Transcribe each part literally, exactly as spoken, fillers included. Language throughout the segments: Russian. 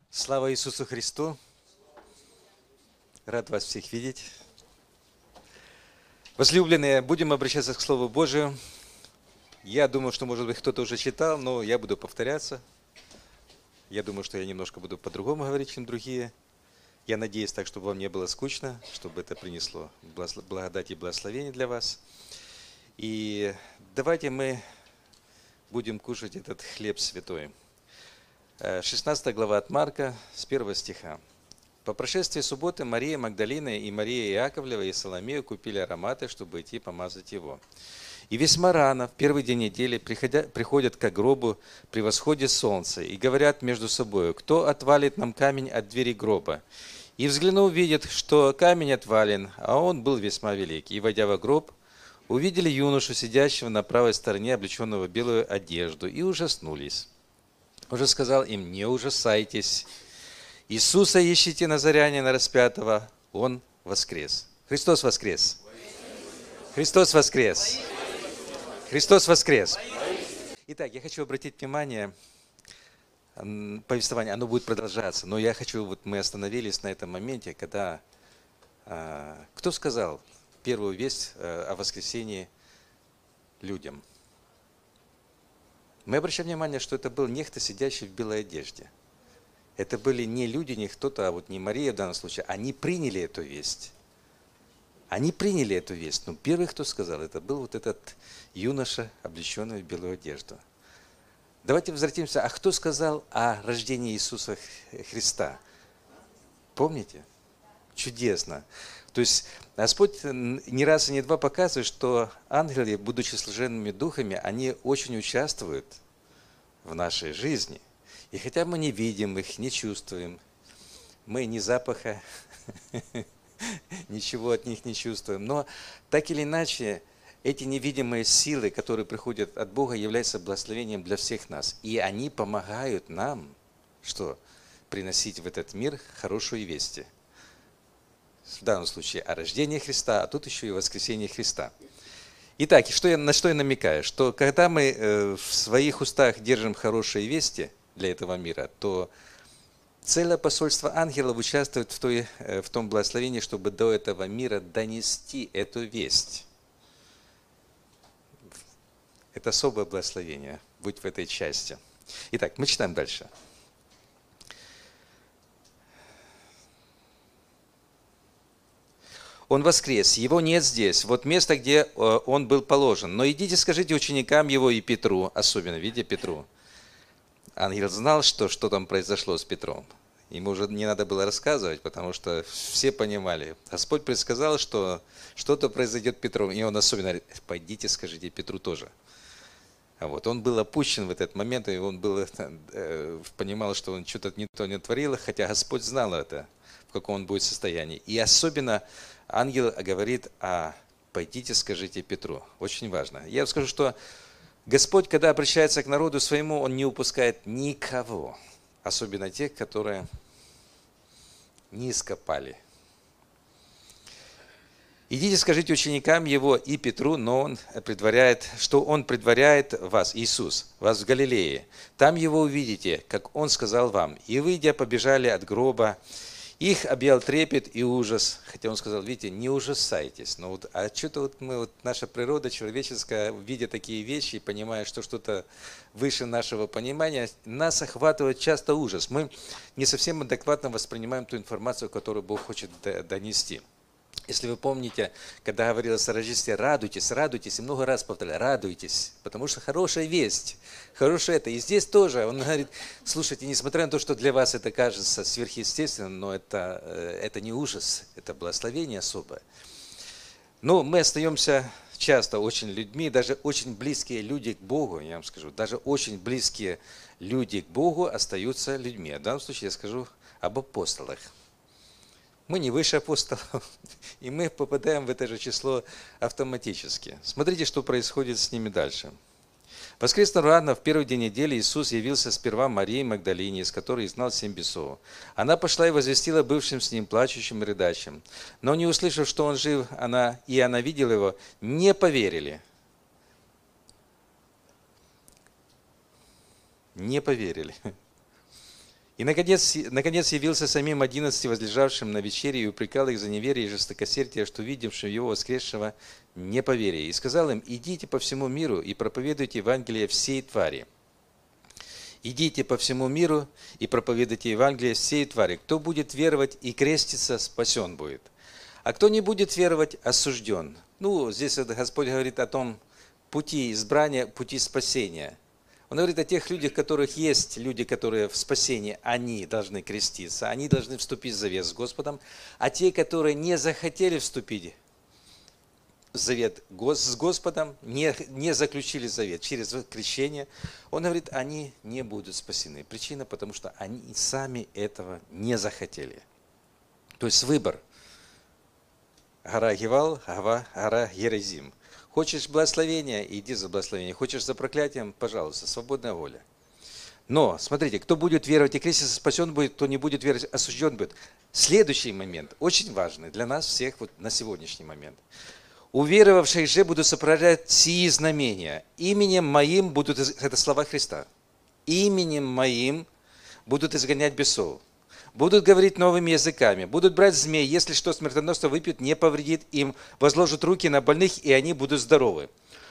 Слава Иисусу Христу! Рад вас всех видеть. Возлюбленные, будем обращаться к Слову Божию. Я думаю, что, может быть, кто-то уже читал, но я буду повторяться. Я думаю, что я немножко буду по-другому говорить, чем другие. Я надеюсь так, чтобы вам не было скучно, чтобы это принесло благодать и благословение для вас. И давайте мы будем кушать этот хлеб святой. шестнадцатая глава от Марка, с первого стиха. «По прошествии субботы Мария Магдалина и Мария Иаковлева и Соломея купили ароматы, чтобы идти помазать его. И весьма рано, в первый день недели, приходя, приходят к гробу при восходе солнца и говорят между собой: кто отвалит нам камень от двери гроба? И взглянув, видят, что камень отвален, а он был весьма велик. И, войдя во гроб, увидели юношу, сидящего на правой стороне, облеченного в белую одежду, и ужаснулись. Уже сказал им: не ужасайтесь. Иисуса ищите, назарянина распятого, Он воскрес». Христос воскрес! Христос воскрес! Христос воскрес! Итак, я хочу обратить внимание, повествование, оно будет продолжаться, но я хочу, вот мы остановились на этом моменте, когда, кто сказал первую весть о воскресении людям? Мы обращаем внимание, что это был некто, сидящий в белой одежде. Это были не люди, не кто-то, а вот не Мария в данном случае. Они приняли эту весть. Они приняли эту весть. Но первый, кто сказал, это был вот этот юноша, облеченный в белую одежду. Давайте возвратимся. А кто сказал о рождении Иисуса Христа? Помните? Чудесно. То есть Господь не раз и не два показывает, что ангелы, будучи служебными духами, они очень участвуют в нашей жизни. И хотя мы не видим их, не чувствуем, мы ни запаха, ничего от них не чувствуем, но так или иначе, эти невидимые силы, которые приходят от Бога, являются благословением для всех нас. И они помогают нам, что? Приносить в этот мир хорошую весть. В данном случае о рождении Христа, а тут еще и воскресении Христа. Итак, что я, на что я намекаю? Что когда мы э, в своих устах держим хорошие вести для этого мира, то целое посольство ангелов участвует в, той, в том благословении, чтобы до этого мира донести эту весть. Это особое благословение, быть в этой части. Итак, мы читаем дальше. Он воскрес, его нет здесь, вот место, где он был положен. Но идите, скажите ученикам его и Петру, особенно, видите, Петру. Ангел знал, что, что там произошло с Петром. Ему уже не надо было рассказывать, потому что все понимали. Господь предсказал, что что-то произойдет с Петром. И он особенно говорит: пойдите, скажите Петру тоже. Вот. Он был опущен в этот момент, и он был, э, понимал, что он что-то не то не творил, хотя Господь знал это, в каком он будет состоянии. И особенно ангел говорит: а пойдите, скажите Петру. Очень важно. Я скажу, что Господь, когда обращается к народу своему, Он не упускает никого, особенно тех, которые низко пали. Идите, скажите ученикам Его и Петру, но Он предваряет, что Он предваряет вас, Иисус, вас в Галилее. Там Его увидите, как Он сказал вам. И, выйдя, побежали от гроба. Их объял трепет и ужас, хотя он сказал: видите, не ужасайтесь. Но вот, а что-то вот мы, вот наша природа человеческая, видя такие вещи и понимая, что что-то выше нашего понимания, нас охватывает часто ужас. Мы не совсем адекватно воспринимаем ту информацию, которую Бог хочет донести. Если вы помните, когда говорилось о Рождестве: радуйтесь, радуйтесь, и много раз повторяли: радуйтесь, потому что хорошая весть, хорошая это. И здесь тоже он говорит: слушайте, несмотря на то, что для вас это кажется сверхъестественным, но это, это не ужас, это благословение особое. Но мы остаемся часто очень людьми, даже очень близкие люди к Богу, я вам скажу, даже очень близкие люди к Богу остаются людьми. В данном случае я скажу об апостолах. Мы не выше апостолов, и мы попадаем в это же число автоматически. Смотрите, что происходит с ними дальше. Воскресно рано, в первый день недели, Иисус явился сперва Марии Магдалине, из которой изгнал семь бесов. Она пошла и возвестила бывшим с ним, плачущим и рыдающим. Но не услышав, что он жив, она, и она видела его, не поверили. Не поверили. И, наконец, наконец явился самим одиннадцати возлежавшим на вечере и упрекал их за неверие и жестокосердие, что видевшим его воскресшего неповерие. И сказал им: идите по всему миру и проповедуйте Евангелие всей твари. Идите по всему миру и проповедуйте Евангелие всей твари. Кто будет веровать и креститься, спасен будет. А кто не будет веровать, осужден. Ну, здесь вот Господь говорит о том пути избрания, пути спасения. Он говорит о тех людях, которых есть люди, которые в спасении, они должны креститься, они должны вступить в завет с Господом, а те, которые не захотели вступить в завет с Господом, не, не заключили завет через крещение, он говорит, они не будут спасены. Причина, потому что они сами этого не захотели. То есть выбор. Гора Гевал, гора Герезим. Хочешь благословения, иди за благословением. Хочешь за проклятием, пожалуйста, свободная воля. Но, смотрите, кто будет веровать и креститься, спасен будет, кто не будет веровать, осужден будет. Следующий момент, очень важный для нас всех вот на сегодняшний момент. Уверовавших же буду сопровождать сии знамения. Именем моим будут, это слова Христа, именем моим будут изгонять бесов. Будут говорить новыми языками, будут брать змей, если что смертоносно выпьют, не повредит им, возложат руки на больных, и они будут здоровы.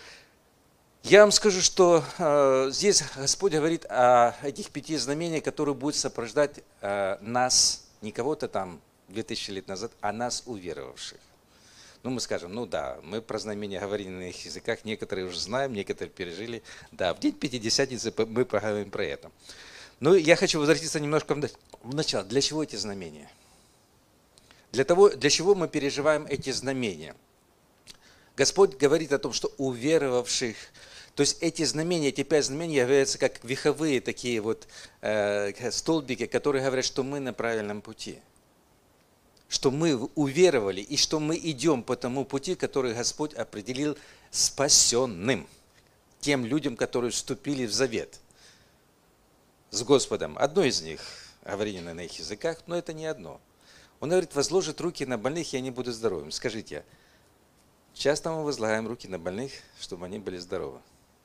Я вам скажу, что э, здесь Господь говорит о этих пяти знамениях, которые будут сопровождать э, нас, не кого-то там две тысячи лет назад, а нас, уверовавших. Ну, мы скажем, ну да, мы про знамения говорили на их языках, некоторые уже знаем, некоторые пережили. Да, в день Пятидесятницы мы поговорим про это. Но я хочу возвратиться немножко в начало. Для чего эти знамения? Для того, для чего мы переживаем эти знамения? Господь говорит о том, что уверовавших, то есть эти знамения, эти пять знамений являются как веховые такие вот э, столбики, которые говорят, что мы на правильном пути. Что мы уверовали и что мы идем по тому пути, который Господь определил спасенным. Тем людям, которые вступили в завет с Господом. Одно из них, говорение на их языках, но это не одно. Он говорит, возложит руки на больных, и они будут здоровыми. Скажите, часто мы возлагаем руки на больных, чтобы они были здоровы?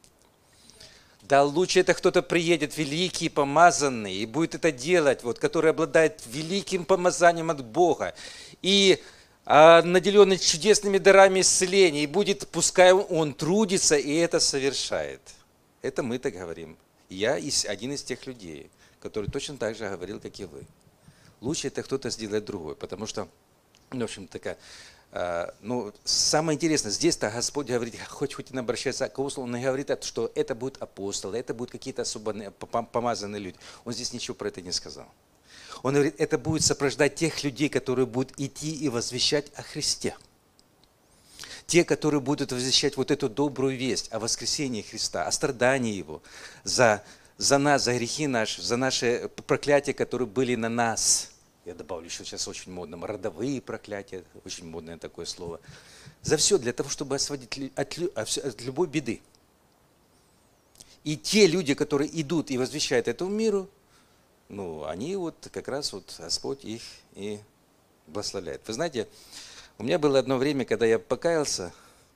Да лучше это кто-то приедет, великий, помазанный, и будет это делать, вот, который обладает великим помазанием от Бога, и а, наделенный чудесными дарами исцеления, и будет, пускай он трудится, и это совершает. Это мы так говорим. Я один из тех людей, который точно так же говорил, как и вы. Лучше это кто-то сделает другой, потому что, в общем, такая, э, ну, самое интересное, здесь-то Господь говорит, хоть хоть он обращается к апостолу, он говорит, что это будут апостолы, это будут какие-то особо помазанные люди. Он здесь ничего про это не сказал. Он говорит, это будет сопровождать тех людей, которые будут идти и возвещать о Христе. Те, которые будут возвещать вот эту добрую весть о воскресении Христа, о страдании Его за, за нас, за грехи наши, за наши проклятия, которые были на нас. Я добавлю еще сейчас очень модно, родовые проклятия, очень модное такое слово. За все, для того, чтобы освободить от, от любой беды. И те люди, которые идут и возвещают этому миру, ну, они вот как раз вот Господь их и благословляет. Вы знаете, у меня было одно время, когда я покаялся,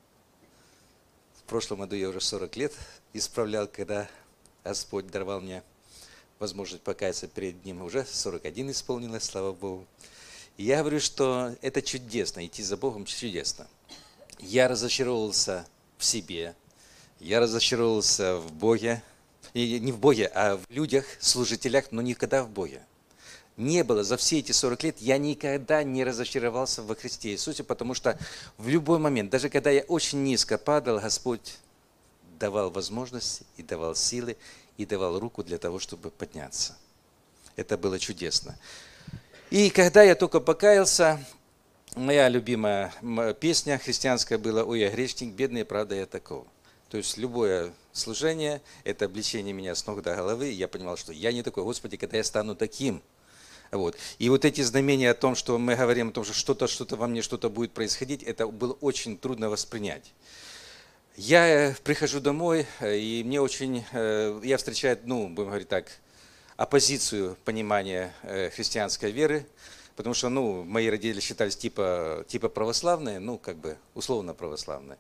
в прошлом году я уже сорок лет исправлял, когда Господь даровал мне возможность покаяться перед Ним, уже сорок один исполнилось, слава Богу. И я говорю, что это чудесно, идти за Богом чудесно. Я разочаровался в себе, я разочаровался в Боге, и не в Боге, а в людях, служителях, но никогда в Боге. Не было за все эти сорок лет, я никогда не разочаровался во Христе Иисусе, потому что в любой момент, даже когда я очень низко падал, Господь давал возможности и давал силы, и давал руку для того, чтобы подняться. Это было чудесно. И когда я только покаялся, моя любимая песня христианская была «Ой, я грешник, бедный, правда я таков». То есть любое служение – это обличение меня с ног до головы. И я понимал, что я не такой. Господи, когда я стану таким. Вот. И вот эти знамения о том, что мы говорим о том, что что-то, что-то во мне, что-то будет происходить, это было очень трудно воспринять. Я прихожу домой, и мне очень, я встречаю, ну, будем говорить так, оппозицию понимания христианской веры, потому что, ну, мои родители считались типа, типа православные, ну, как бы условно православные.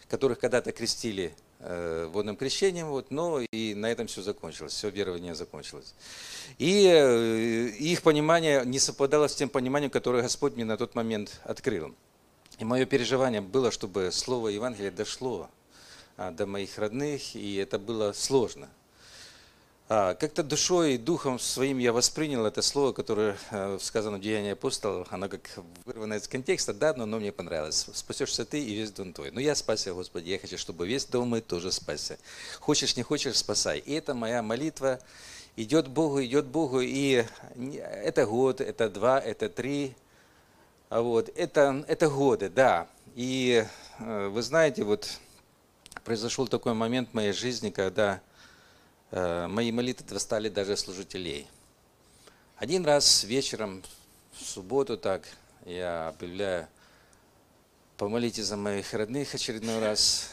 которых когда-то крестили водным крещением, вот, но и на этом все закончилось, все верование закончилось. И их понимание не совпадало с тем пониманием, которое Господь мне на тот момент открыл. И мое переживание было, чтобы слово Евангелия дошло до моих родных, и это было сложно. Как-то душой и духом своим я воспринял это слово, которое сказано в Деянии апостолов, оно как вырвано из контекста, да, но оно мне понравилось. Спасешься ты и весь дом твой. Но я спасся, Господи, я хочу, чтобы весь дом мой тоже спасся. Хочешь, не хочешь, спасай. И это моя молитва. Идет Богу, идет Богу, и это год, это два, это три, вот, это, это годы, да. И вы знаете, вот произошел такой момент в моей жизни, когда мои молитвы стали даже служителей. Один раз вечером, в субботу так, я объявляю, помолитесь за моих родных очередной раз.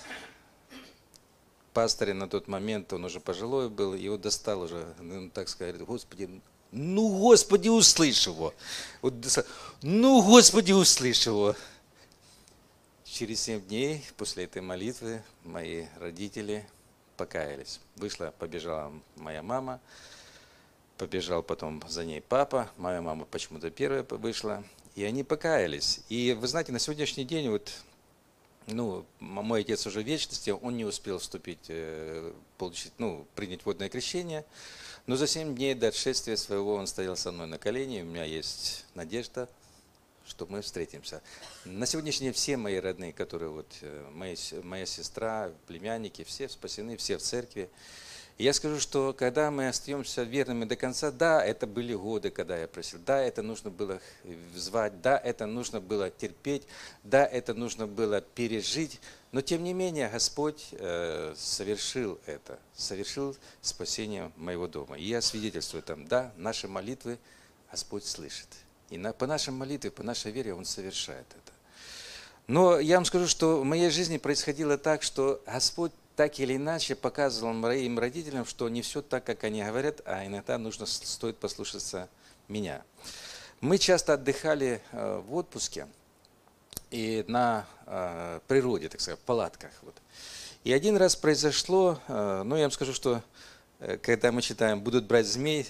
Пастор на тот момент, он уже пожилой был, его достал уже, ну, так сказать, Господи, ну, Господи, услышь его. Вот, ну, Господи, услышь его. Через семь дней после этой молитвы мои родители покаялись. Вышла, побежала моя мама, побежал потом за ней папа, моя мама почему-то первая вышла, и они покаялись. И вы знаете, на сегодняшний день, вот, ну, мой отец уже в вечности, он не успел вступить, получить, ну, принять водное крещение, но за семь дней до отшествия своего он стоял со мной на колени, у меня есть надежда, что мы встретимся. На сегодняшний день все мои родные, которые вот, мои, моя сестра, племянники, все спасены, все в церкви. И я скажу, что когда мы остаемся верными до конца, да, это были годы, когда я просил, да, это нужно было звать, да, это нужно было терпеть, да, это нужно было пережить, но тем не менее Господь э, совершил это, совершил спасение моего дома. И я свидетельствую там, да, наши молитвы Господь слышит. И на, по нашей молитве, по нашей вере Он совершает это. Но я вам скажу, что в моей жизни происходило так, что Господь так или иначе показывал моим родителям, что не все так, как они говорят, а иногда нужно, стоит послушаться меня. Мы часто отдыхали в отпуске и на природе, так сказать, в палатках. Вот. И один раз произошло, ну я вам скажу, что когда мы читаем «будут брать змей»,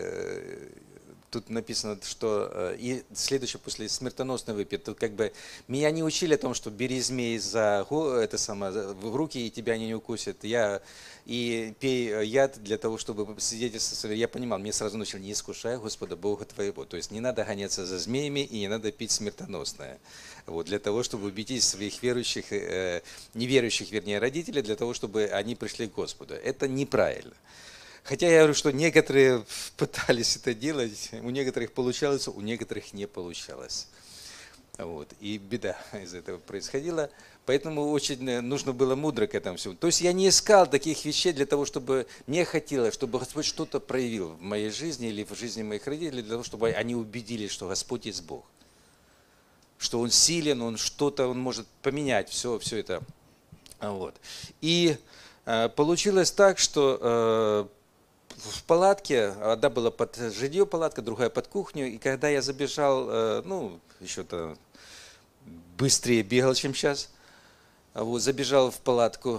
тут написано, что и следующее после смертоносный выпьет. Тут как бы меня не учили о том, что бери змей за это самое, в руки, и тебя они не укусят. Я и пей яд для того, чтобы свидетельствовать. Я понимал, мне сразу начали, не искушай Господа Бога твоего. То есть не надо гоняться за змеями и не надо пить смертоносное. Вот, для того, чтобы убедить своих верующих, э, неверующих, вернее, родителей, для того, чтобы они пришли к Господу. Это неправильно. Хотя я говорю, что некоторые пытались это делать, у некоторых получалось, у некоторых не получалось. Вот. И беда из этого происходила. Поэтому очень нужно было мудро к этому всему. То есть я не искал таких вещей для того, чтобы мне хотелось, чтобы Господь что-то проявил в моей жизни или в жизни моих родителей, для того, чтобы они убедились, что Господь есть Бог. Что Он силен, Он что-то, Он может поменять все, все это. Вот. И э, получилось так, что э, в палатке, одна была под жилье палатка, другая под кухню, и когда я забежал, ну, еще-то быстрее бегал, чем сейчас, вот, забежал в палатку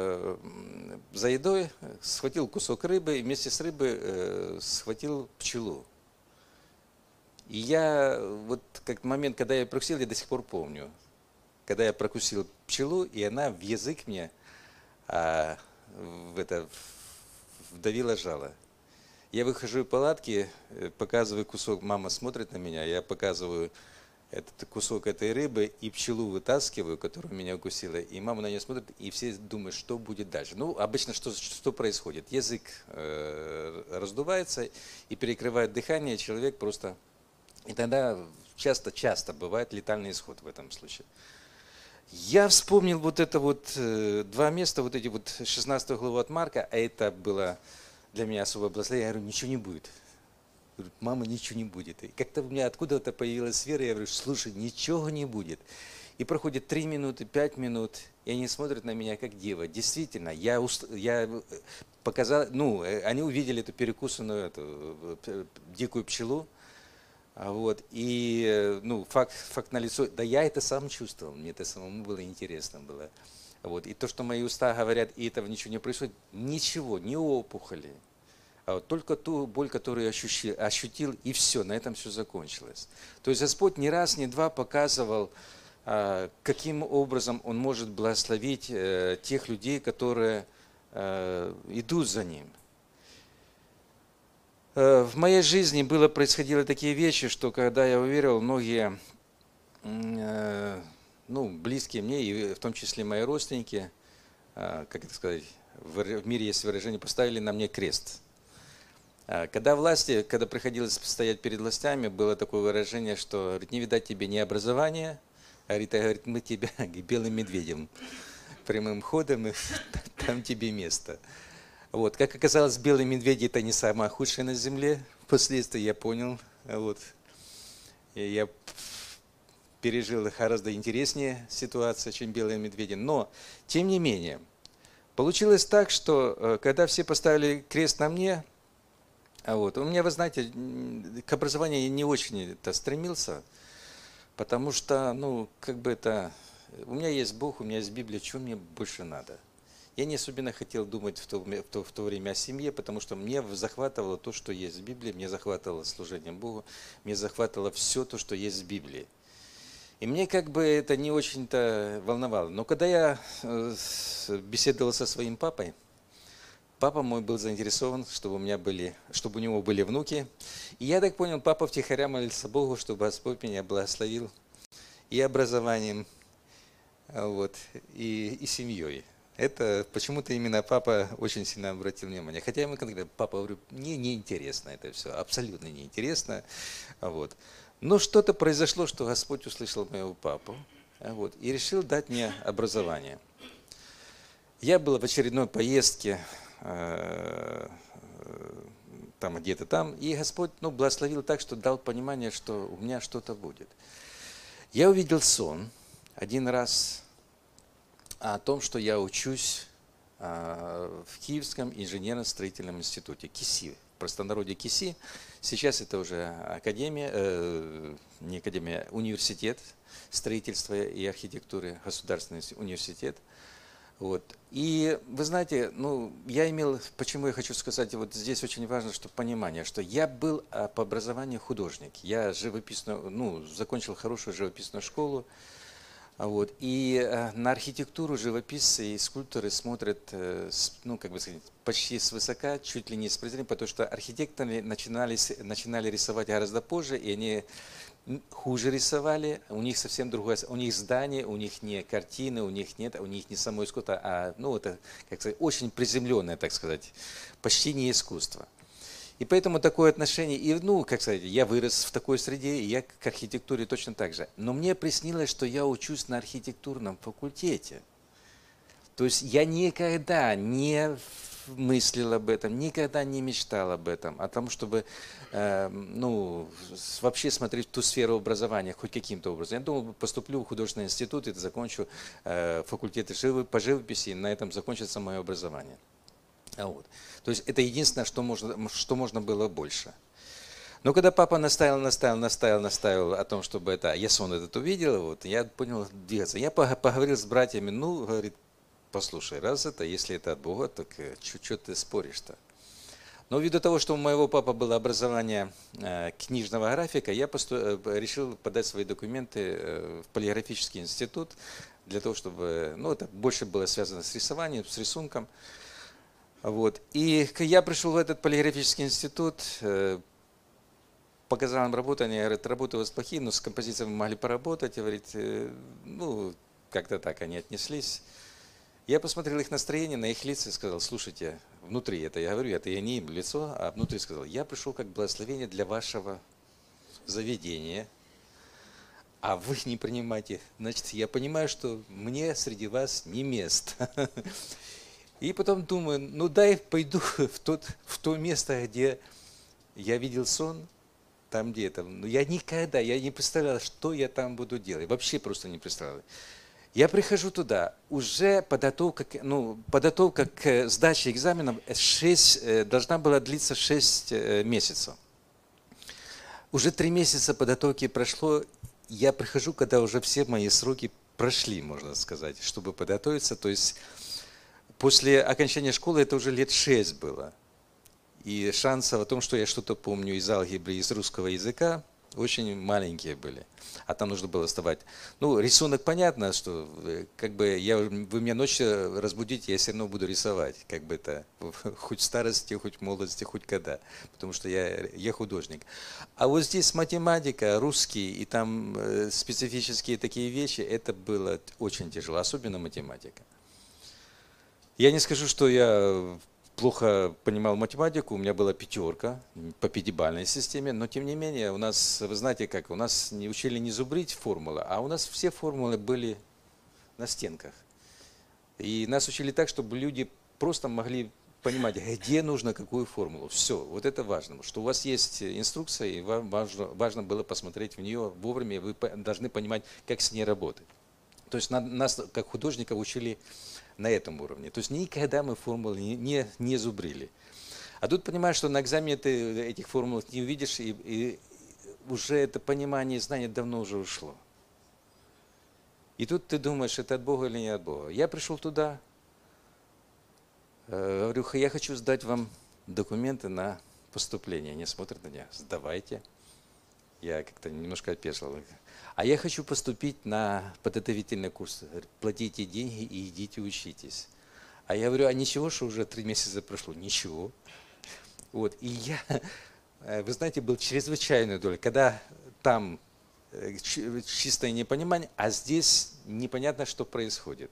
за едой, схватил кусок рыбы, и вместе с рыбой схватил пчелу. И я, вот как момент, когда я прокусил, я до сих пор помню, когда я прокусил пчелу, и она в язык мне, а, в это, вдавила жало. Я выхожу из палатки, показываю кусок, мама смотрит на меня, я показываю этот кусок этой рыбы и пчелу вытаскиваю, которая меня укусила, и мама на нее смотрит, и все думают, что будет дальше. Ну, обычно что, что происходит? Язык э, раздувается и перекрывает дыхание, человек просто... И тогда часто-часто бывает летальный исход в этом случае. Я вспомнил вот это вот э, два места, вот эти вот шестнадцатую главу от Марка, а это было для меня особое благословение. Я говорю, ничего не будет. Я говорю, мама, ничего не будет. И как-то у меня откуда-то появилась вера, я говорю, слушай, ничего не будет. И проходит три минуты, пять минут, и они смотрят на меня как дева. Действительно, я, уст... я показал, ну, они увидели эту перекусанную, эту дикую пчелу. Вот, и, ну, факт, факт налицо, да я это сам чувствовал, мне это самому было интересно было. Вот. И то, что мои уста говорят, и этого ничего не происходит, ничего, не опухоли. А вот только ту боль, которую я ощутил, ощутил, и все, на этом все закончилось. То есть Господь ни раз, ни два показывал, каким образом Он может благословить тех людей, которые идут за Ним. В моей жизни было, происходило такие вещи, что когда я уверовал, многие, ну, близкие мне, и в том числе мои родственники, как это сказать, в мире есть выражение, поставили на мне крест. Когда власти, когда приходилось стоять перед властями, было такое выражение, что говорит, не видать тебе ни образования, а говорит, мы тебя белым медведем, прямым ходом, и там тебе место. Вот. Как оказалось, белые медведи – это не самое худшее на земле. Впоследствии я понял. Вот. И я пережил гораздо интереснее ситуацию, чем белые медведи. Но, тем не менее, получилось так, что когда все поставили крест на мне, вот, у меня, вы знаете, к образованию я не очень -то стремился, потому что, ну, как бы это, у меня есть Бог, у меня есть Библия, чего мне больше надо? Я не особенно хотел думать в то, в, то, в то время о семье, потому что мне захватывало то, что есть в Библии, мне захватывало служение Богу, мне захватывало все то, что есть в Библии. И мне как бы это не очень-то волновало. Но когда я беседовал со своим папой, папа мой был заинтересован, чтобы у меня были, чтобы у него были внуки. И я так понял, папа втихаря молился Богу, чтобы Господь меня благословил и образованием, вот, и, и семьей. Это почему-то именно папа очень сильно обратил внимание. Хотя ему когда папа, говорю, мне неинтересно это все, абсолютно неинтересно. Вот. Но что-то произошло, что Господь услышал моего папу, вот, и решил дать мне образование. Я был в очередной поездке, э, там где-то там, и Господь, ну, благословил так, что дал понимание, что у меня что-то будет. Я увидел сон один раз о том, что я учусь в Киевском инженерно-строительном институте, КИСИ, в простонародье КИСИ. Сейчас это уже академия, э, не академия, университет строительства и архитектуры, государственный университет. Вот. И вы знаете, ну, я имел, почему я хочу сказать, вот здесь очень важно, что понимание, что я был по образованию художник. Я живописную, ну, закончил хорошую живописную школу. Вот. И на архитектуру живописцы и скульпторы смотрят, ну, как бы сказать, почти свысока, чуть ли не с презрением, потому что архитекторы начинали, начинали рисовать гораздо позже, и они хуже рисовали, у них совсем другое, у них здание, у них не картины, у них нет, у них не само искусство, а, ну, это, как сказать, очень приземленное, так сказать, почти не искусство. И поэтому такое отношение, и, ну, как сказать, я вырос в такой среде, и я к архитектуре точно так же. Но мне приснилось, что я учусь на архитектурном факультете. То есть я никогда не мыслил об этом, никогда не мечтал об этом, о том, чтобы, э, ну, вообще смотреть в ту сферу образования хоть каким-то образом. Я думал, поступлю в художественный институт и закончу э, факультет по живописи, и на этом закончится мое образование. Вот. То есть это единственное, что можно, что можно было больше. Но когда папа наставил, наставил, наставил, наставил о том, чтобы это, я сон этот увидел, вот, я понял двигаться. Я поговорил с братьями, ну, говорит, послушай, раз это, если это от Бога, так что ты споришь-то? Но ввиду того, что у моего папы было образование э, книжного графика, я посту, э, решил подать свои документы э, в полиграфический институт, для того, чтобы, ну, это больше было связано с рисованием, с рисунком. Вот. И я пришел в этот полиграфический институт, показал им работу, они говорят, работы у вас плохие, но с композициями могли поработать, и говорит, ну, как-то так они отнеслись. Я посмотрел их настроение, на их лица и сказал, слушайте, внутри это, я говорю, это я не им лицо, а внутри сказал, я пришел как благословение для вашего заведения, а вы не принимаете, значит, я понимаю, что мне среди вас не место. И потом думаю, ну дай пойду в, тот, в то место, где я видел сон, там где-то. Но я никогда, я не представлял, что я там буду делать. Вообще просто не представлял. Я прихожу туда, уже подготовка, ну, подготовка к сдаче экзаменов шесть, должна была длиться шесть месяцев. Уже три месяца подготовки прошло, я прихожу, когда уже все мои сроки прошли, можно сказать, чтобы подготовиться. То есть после окончания школы это уже лет шесть было. И шансов о том, что я что-то помню из алгебры, из русского языка, очень маленькие были. А там нужно было вставать. Ну, рисунок понятно, что как бы я, вы меня ночью разбудите, я все равно буду рисовать. Как бы это, хоть в старости, хоть в молодости, хоть когда. Потому что я, я художник. А вот здесь математика, русский и там специфические такие вещи, это было очень тяжело, особенно математика. Я не скажу, что я плохо понимал математику, у меня была пятерка по пятибалльной системе, но тем не менее у нас, вы знаете как, у нас не учили не зубрить формулы, а у нас все формулы были на стенках. И нас учили так, чтобы люди просто могли понимать, где нужно какую формулу. Все, вот это важно, что у вас есть инструкция, и вам важно, важно было посмотреть в нее вовремя, и вы должны понимать, как с ней работать. То есть нас, как художников, учили на этом уровне. То есть никогда мы формулы не, не, не зубрили. А тут понимаешь, что на экзамене ты этих формул не увидишь, и, и уже это понимание, знание давно уже ушло. И тут ты думаешь, это от Бога или не от Бога. Я пришел туда, э, говорю, я хочу сдать вам документы на поступление. Они смотрят на меня, сдавайте. Я как-то немножко опешил. А я хочу поступить на подготовительный курс. Платите деньги и идите учитесь. А я говорю, а ничего, что уже три месяца прошло? Ничего. Вот. И я, вы знаете, был чрезвычайной долей, когда там чистое непонимание, а здесь непонятно, что происходит.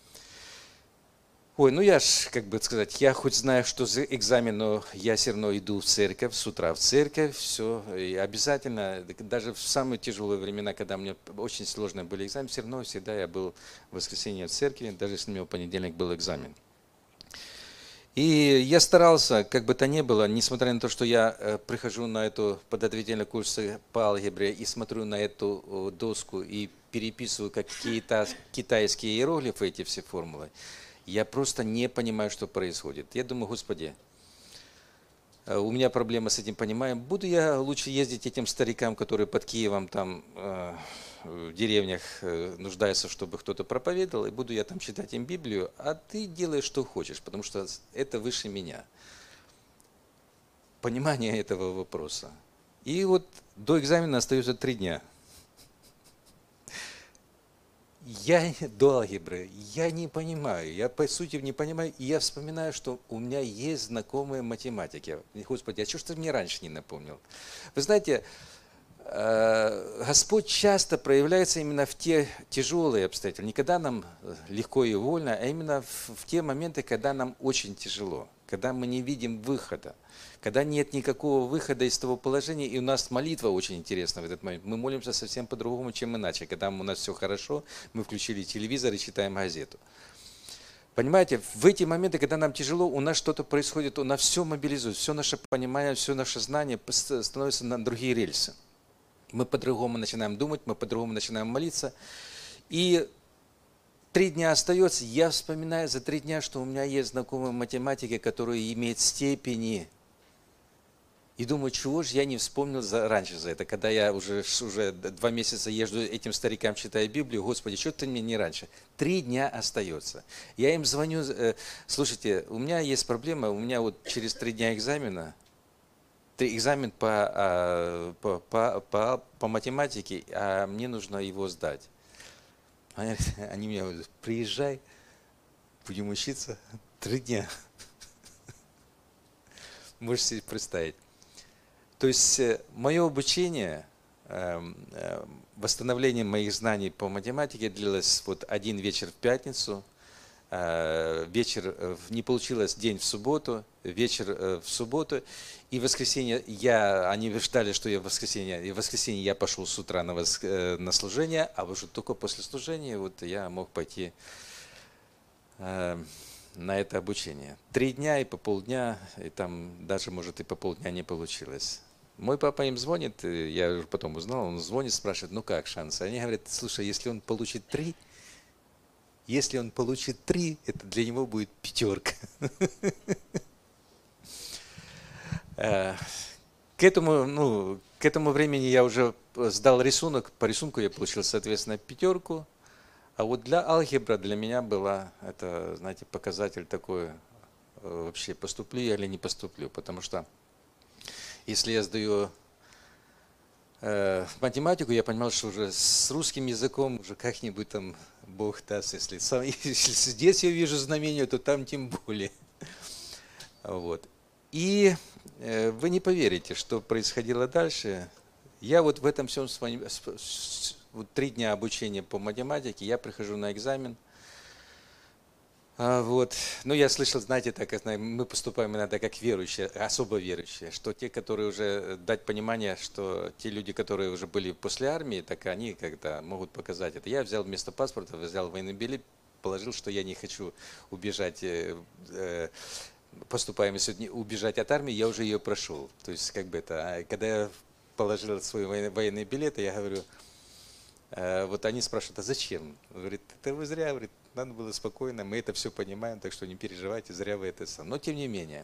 Ой, ну я ж, как бы сказать, я хоть знаю, что за экзамен, но я все равно иду в церковь, с утра в церковь, все, и обязательно, даже в самые тяжелые времена, когда у меня очень сложные были экзамены, все равно всегда я был в воскресенье в церкви, даже если у меня в понедельник был экзамен. И я старался, как бы то ни было, несмотря на то, что я прихожу на эту подготовительные курсы по алгебре и смотрю на эту доску и переписываю какие-то китайские иероглифы, эти все формулы, я просто не понимаю, что происходит. Я думаю, Господи, у меня проблема с этим пониманием. Буду я лучше ездить этим старикам, которые под Киевом там э, в деревнях э, нуждаются, чтобы кто-то проповедовал, и буду я там читать им Библию, а ты делаешь, что хочешь, потому что это выше меня. Понимание этого вопроса. И вот до экзамена остается три дня. Я до алгебры, я не понимаю, я по сути не понимаю, и я вспоминаю, что у меня есть знакомые математики. Господи, а что ж ты мне раньше не напомнил? Вы знаете, Господь часто проявляется именно в те тяжелые обстоятельства, не когда нам легко и вольно, а именно в те моменты, когда нам очень тяжело, когда мы не видим выхода, когда нет никакого выхода из того положения, и у нас молитва очень интересна в этот момент. Мы молимся совсем по-другому, чем иначе. Когда у нас все хорошо, мы включили телевизор и читаем газету. Понимаете, в эти моменты, когда нам тяжело, у нас что-то происходит, у нас все мобилизует, все наше понимание, все наше знание становится на другие рельсы. Мы по-другому начинаем думать, мы по-другому начинаем молиться. И три дня остается, я вспоминаю за три дня, что у меня есть знакомые математики, которые имеют степени. И думаю, чего же я не вспомнил за, раньше за это, когда я уже, уже два месяца езжу этим старикам, читаю Библию. Господи, что ты мне не раньше? Три дня остается. Я им звоню, э, слушайте, у меня есть проблема, у меня вот через три дня экзамена, экзамен по, по, по, по, по математике, а мне нужно его сдать. Они, они мне говорят, приезжай, будем учиться три дня. Можете себе представить. То есть мое обучение, восстановление моих знаний по математике длилось вот один вечер в пятницу, вечер не получилось день в субботу, вечер в субботу, и в воскресенье я, они ждали, что я в воскресенье, и в воскресенье я пошел с утра на, воск, на служение, а уже только после служения вот я мог пойти э, на это обучение. Три дня и по полдня, и там даже, может, и по полдня не получилось. Мой папа им звонит, я уже потом узнал, он звонит, спрашивает, ну как шансы? Они говорят, слушай, если он получит три, если он получит три, это для него будет пятерка. К этому, ну, к этому времени я уже сдал рисунок, по рисунку я получил, соответственно, пятерку. А вот для алгебра для меня была, это, знаете, показатель такой, э, вообще поступлю я или не поступлю. Потому что если я сдаю э, математику, я понимал, что уже с русским языком уже как-нибудь там Бог даст. Если, сам, если здесь я вижу знамение, то там тем более. Вот. И э, вы не поверите, что происходило дальше. Я вот в этом всем, с вами- с- с- вот три дня обучения по математике, я прихожу на экзамен. А, вот. Ну, я слышал, знаете, так, как, знаете, мы поступаем иногда как верующие, особо верующие, что те, которые уже дать понимание, что те люди, которые уже были после армии, так они когда могут показать это. Я взял вместо паспорта, взял военный билет, положил, что я не хочу убежать, э, э, поступаем сегодня, убежать от армии, я уже ее прошел. То есть, как бы это, а когда я положил свой военный, военный билет, я говорю, э, вот они спрашивают, а зачем? Говорит, это вы зря, говорит, надо было спокойно, мы это все понимаем, так что не переживайте, зря вы это сам. Но тем не менее,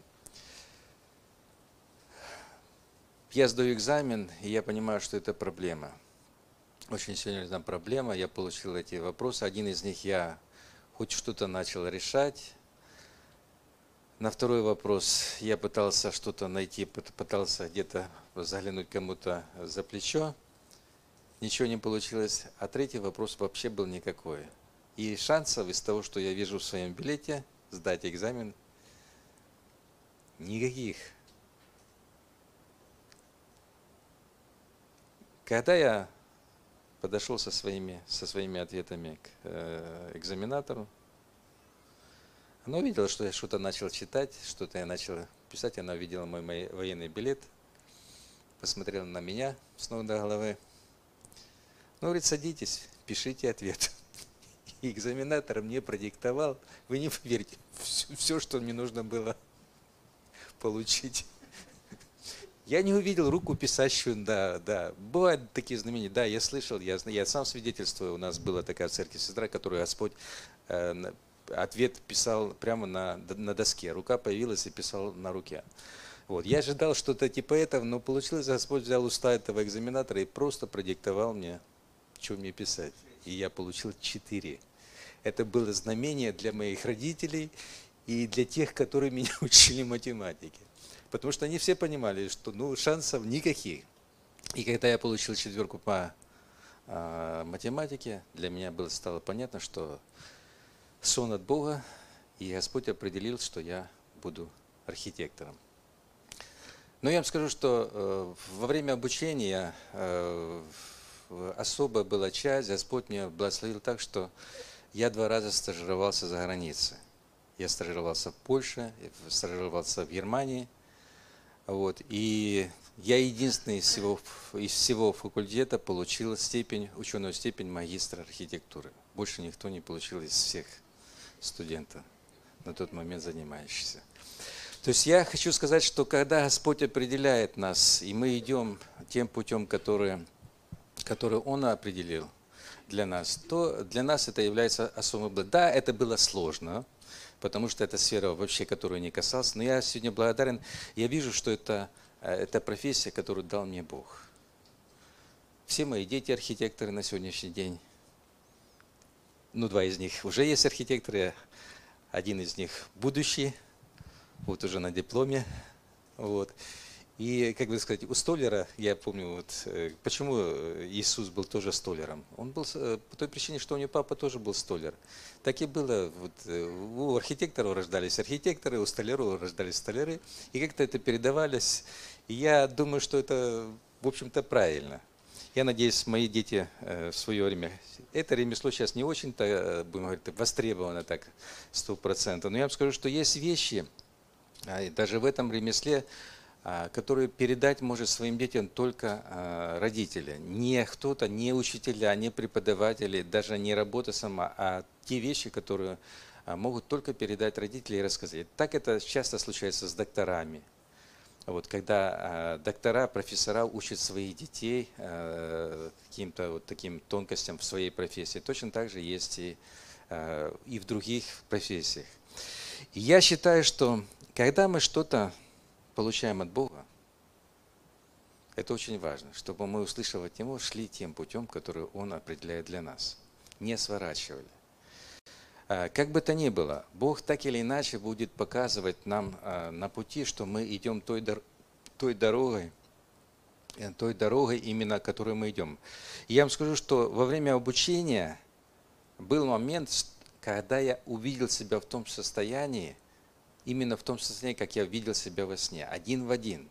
я сдаю экзамен, и я понимаю, что это проблема. Очень серьезная проблема, я получил эти вопросы, один из них я хоть что-то начал решать. На второй вопрос я пытался что-то найти, пытался где-то заглянуть кому-то за плечо, ничего не получилось. А третий вопрос вообще был никакой. И шансов из того, что я вижу в своем билете, сдать экзамен, никаких. Когда я подошел со своими, со своими ответами к э, экзаменатору, она увидела, что я что-то начал читать, что-то я начал писать, она увидела мой, мой военный билет, посмотрела на меня с ног до головы. Ну, говорит, садитесь, пишите ответ. И экзаменатор мне продиктовал, вы не поверите, все, все, что мне нужно было получить. Я не увидел руку писащую, да, да. Бывают такие знамения, да, я слышал, я, я сам свидетельствую, у нас была такая в церкви сестра, которую Господь э, ответ писал прямо на, на доске, рука появилась и писал на руке. Вот. Я ожидал что-то типа этого, но получилось, Господь взял уста этого экзаменатора и просто продиктовал мне, что мне писать. И я получил четыре. Это было знамение для моих родителей и для тех, которые меня учили математике. Потому что они все понимали, что ну, шансов никаких. И когда я получил четверку по а, математике, для меня было, стало понятно, что сон от Бога, и Господь определил, что я буду архитектором. Но я вам скажу, что э, во время обучения э, особая была часть, Господь меня благословил так, что я два раза стажировался за границей. Я стажировался в Польше, стажировался в Германии. Вот, и я единственный из всего, из всего факультета получил степень, ученую степень магистра архитектуры. Больше никто не получил из всех студентов, на тот момент занимающихся. То есть я хочу сказать, что когда Господь определяет нас, и мы идем тем путем, который, который Он определил для нас, то для нас это является особым благом. Да, это было сложно, потому что это сфера вообще, которую не касался. Но я сегодня благодарен, я вижу, что это, это профессия, которую дал мне Бог. Все мои дети архитекторы на сегодняшний день. Ну, два из них уже есть архитекторы, один из них будущий, вот уже на дипломе. Вот. И, как бы сказать, у столяра, я помню, вот, почему Иисус был тоже столяром. Он был по той причине, что у него папа тоже был столяр. Так и было. Вот, у архитекторов рождались архитекторы, у столяров рождались столяры. И как-то это передавалось. И я думаю, что это, в общем-то, правильно. Я надеюсь, мои дети в свое время... Это ремесло сейчас не очень-то, будем говорить, востребовано так, сто процентов. Но я вам скажу, что есть вещи, даже в этом ремесле, которые передать может своим детям только родители. Не кто-то, не учителя, не преподаватели, даже не работа сама, а те вещи, которые могут только передать родители и рассказать. Так это часто случается с докторами. Вот, когда доктора, профессора учат своих детей каким-то вот таким тонкостям в своей профессии, точно так же есть и, и в других профессиях. И я считаю, что когда мы что-то получаем от Бога, это очень важно, чтобы мы, услышав от Него, шли тем путем, который Он определяет для нас. не сворачивали. Как бы то ни было, Бог так или иначе будет показывать нам на пути, что мы идем той, той дорогой, той дорогой именно, которой мы идем. И я вам скажу, что во время обучения был момент, когда я увидел себя в том состоянии, именно в том состоянии, как я видел себя во сне, один в один.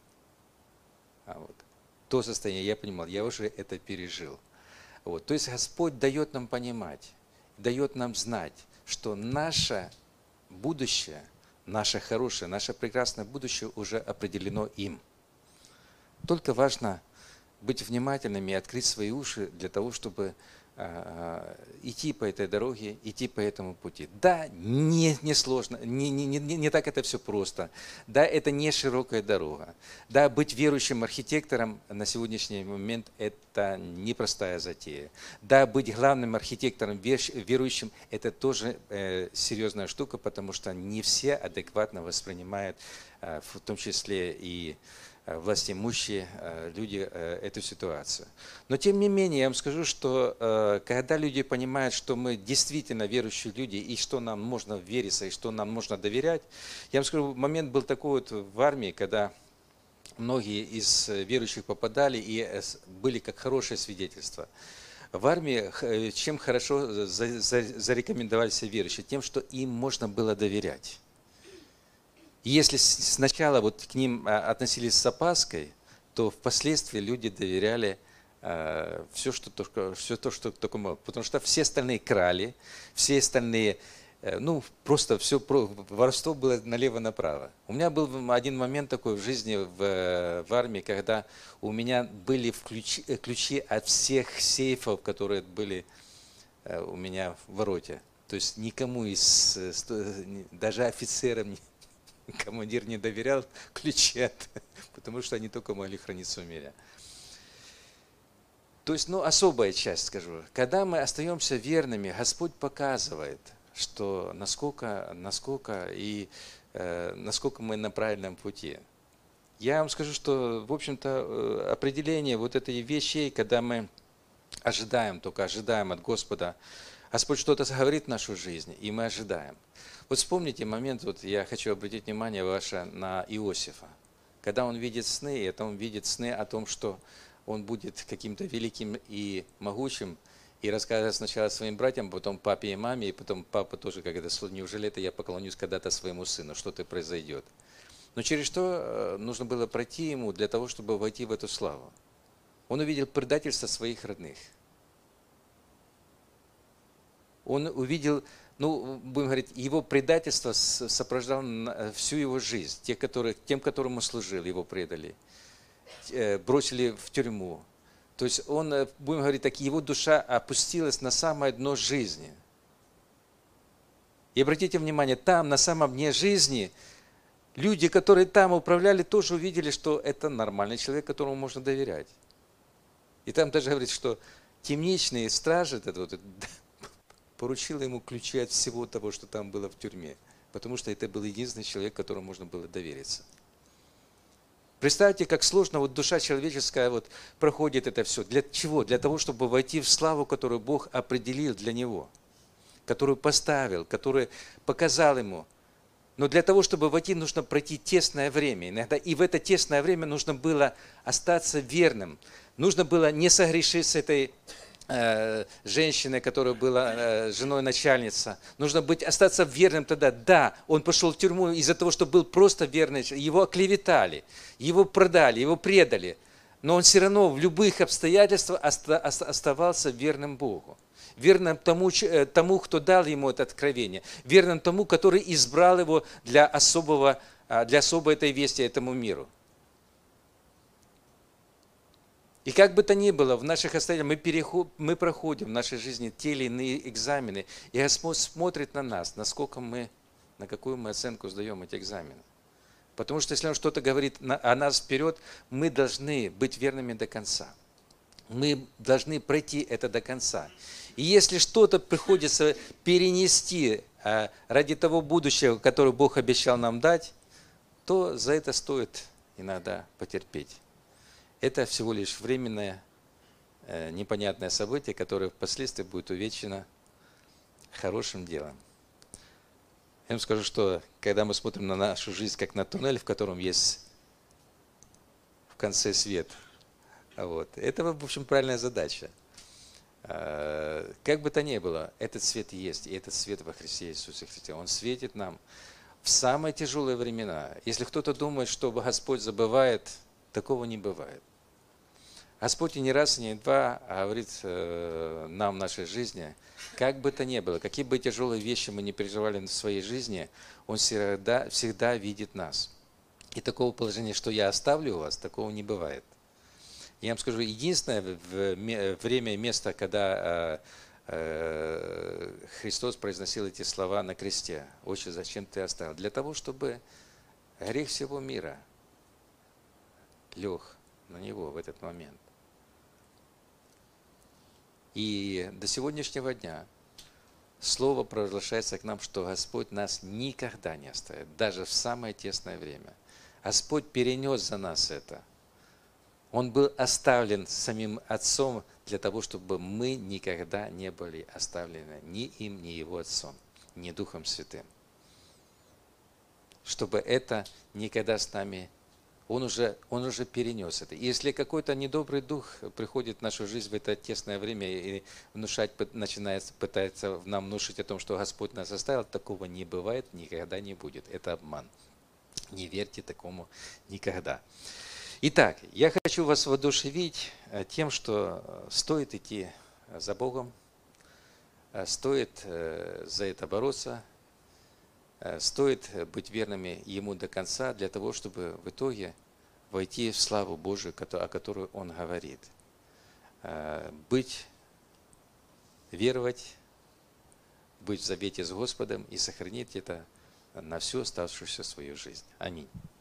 А вот. То состояние, я понимал, я уже это пережил. Вот. То есть Господь дает нам понимать, дает нам знать, что наше будущее, наше хорошее, наше прекрасное будущее уже определено им. Только важно быть внимательными и открыть свои уши для того, чтобы э, идти по этой дороге, идти по этому пути. Да, не, не сложно, не, не, не, не так это все просто. Да, это не широкая дорога. Да, быть верующим архитектором на сегодняшний момент – это непростая затея. Да, быть главным архитектором верующим – это тоже э, серьезная штука, потому что не все адекватно воспринимают, э, в том числе и властимущие люди эту ситуацию. Но тем не менее, я вам скажу, что когда люди понимают, что мы действительно верующие люди, и что нам можно вериться, и что нам можно доверять, я вам скажу, момент был такой вот в армии, когда многие из верующих попадали и были как хорошее свидетельство. В армии чем хорошо зарекомендовали себя верующие? Тем, что им можно было доверять. И если сначала вот к ним относились с опаской, то впоследствии люди доверяли э, все, что только, все то, что только могут. Потому что все остальные крали, все остальные, э, ну, просто все, воровство было налево-направо. У меня был один момент такой в жизни в, в армии, когда у меня были ключи, ключи от всех сейфов, которые были э, у меня в роте. То есть никому из, даже офицерам не командир не доверял ключи, от, потому что они только могли храниться у меня. То есть, ну, особая часть, скажу. Когда мы остаемся верными, Господь показывает, что насколько, насколько и э, насколько мы на правильном пути. Я вам скажу, что, в общем-то, определение вот этой вещей, когда мы ожидаем, только ожидаем от Господа, Господь что-то говорит в нашу жизнь, и мы ожидаем. Вот вспомните момент, вот я хочу обратить внимание ваше на Иосифа. Когда он видит сны, это он видит сны о том, что он будет каким-то великим и могучим, и рассказывает сначала своим братьям, потом папе и маме, и потом папа тоже, как это слово, неужели это я поклонюсь когда-то своему сыну, что-то произойдет. Но через что нужно было пройти ему для того, чтобы войти в эту славу? Он увидел предательство своих родных. Он увидел, ну, будем говорить, его предательство сопровождало всю его жизнь. Те, которые, тем, которым он служил, его предали, бросили в тюрьму. То есть он, будем говорить так, его душа опустилась на самое дно жизни. И обратите внимание, там, на самом дне жизни, люди, которые там управляли, тоже увидели, что это нормальный человек, которому можно доверять. И там даже говорит, что темничные стражи, это вот, поручил ему ключи от всего того, что там было в тюрьме, потому что это был единственный человек, которому можно было довериться. Представьте, как сложно вот душа человеческая вот проходит это все. Для чего? Для того, чтобы войти в славу, которую Бог определил для него, которую поставил, которую показал ему. Но для того, чтобы войти, нужно пройти тесное время. Иногда и в это тесное время нужно было остаться верным. Нужно было не согрешить с этой женщины, которая была женой начальница. Нужно быть, остаться верным тогда. Да, он пошел в тюрьму из-за того, что был просто верный. Его оклеветали, его продали, его предали. Но он все равно в любых обстоятельствах оставался верным Богу. Верным тому, тому, кто дал ему это откровение. Верным тому, который избрал его для, особого, для особой этой вести этому миру. И как бы то ни было, в наших обстоятельствах мы, переход, мы проходим в нашей жизни те или иные экзамены, и Господь смотрит на нас, насколько мы, на какую мы оценку сдаем эти экзамены. Потому что если Он что-то говорит о нас вперед, мы должны быть верными до конца. Мы должны пройти это до конца. И если что-то приходится перенести ради того будущего, которое Бог обещал нам дать, то за это стоит иногда потерпеть. Это всего лишь временное, непонятное событие, которое впоследствии будет увенчано хорошим делом. Я вам скажу, что когда мы смотрим на нашу жизнь как на туннель, в котором есть в конце свет, вот, это, в общем, правильная задача. Как бы то ни было, этот свет есть, и этот свет во Христе Иисусе Христе. Он светит нам в самые тяжелые времена. Если кто-то думает, что Господь забывает, такого не бывает. Господь и не раз, и не два говорит нам в нашей жизни, как бы то ни было, какие бы тяжелые вещи мы не переживали в своей жизни, Он всегда, всегда видит нас. И такого положения, что я оставлю вас, такого не бывает. Я вам скажу, единственное время и место, когда Христос произносил эти слова на кресте: «Отче, зачем ты оставил?» Для того, чтобы грех всего мира лег на Него в этот момент. И до сегодняшнего дня Слово провозглашается к нам, что Господь нас никогда не оставит, даже в самое тесное время. Господь перенес за нас это. Он был оставлен самим Отцом для того, чтобы мы никогда не были оставлены ни им, ни Его Отцом, ни Духом Святым. Чтобы это никогда с нами, Он уже, он уже перенес это. И если какой-то недобрый дух приходит в нашу жизнь в это тесное время и внушать, начинает, пытается нам внушить о том, что Господь нас оставил, такого не бывает, никогда не будет. Это обман. Не верьте такому никогда. Итак, я хочу вас воодушевить тем, что стоит идти за Богом, стоит за это бороться, стоит быть верными Ему до конца для того, чтобы в итоге войти в славу Божию, о которой Он говорит. Быть, веровать, быть в завете с Господом и сохранить это на всю оставшуюся свою жизнь. Аминь.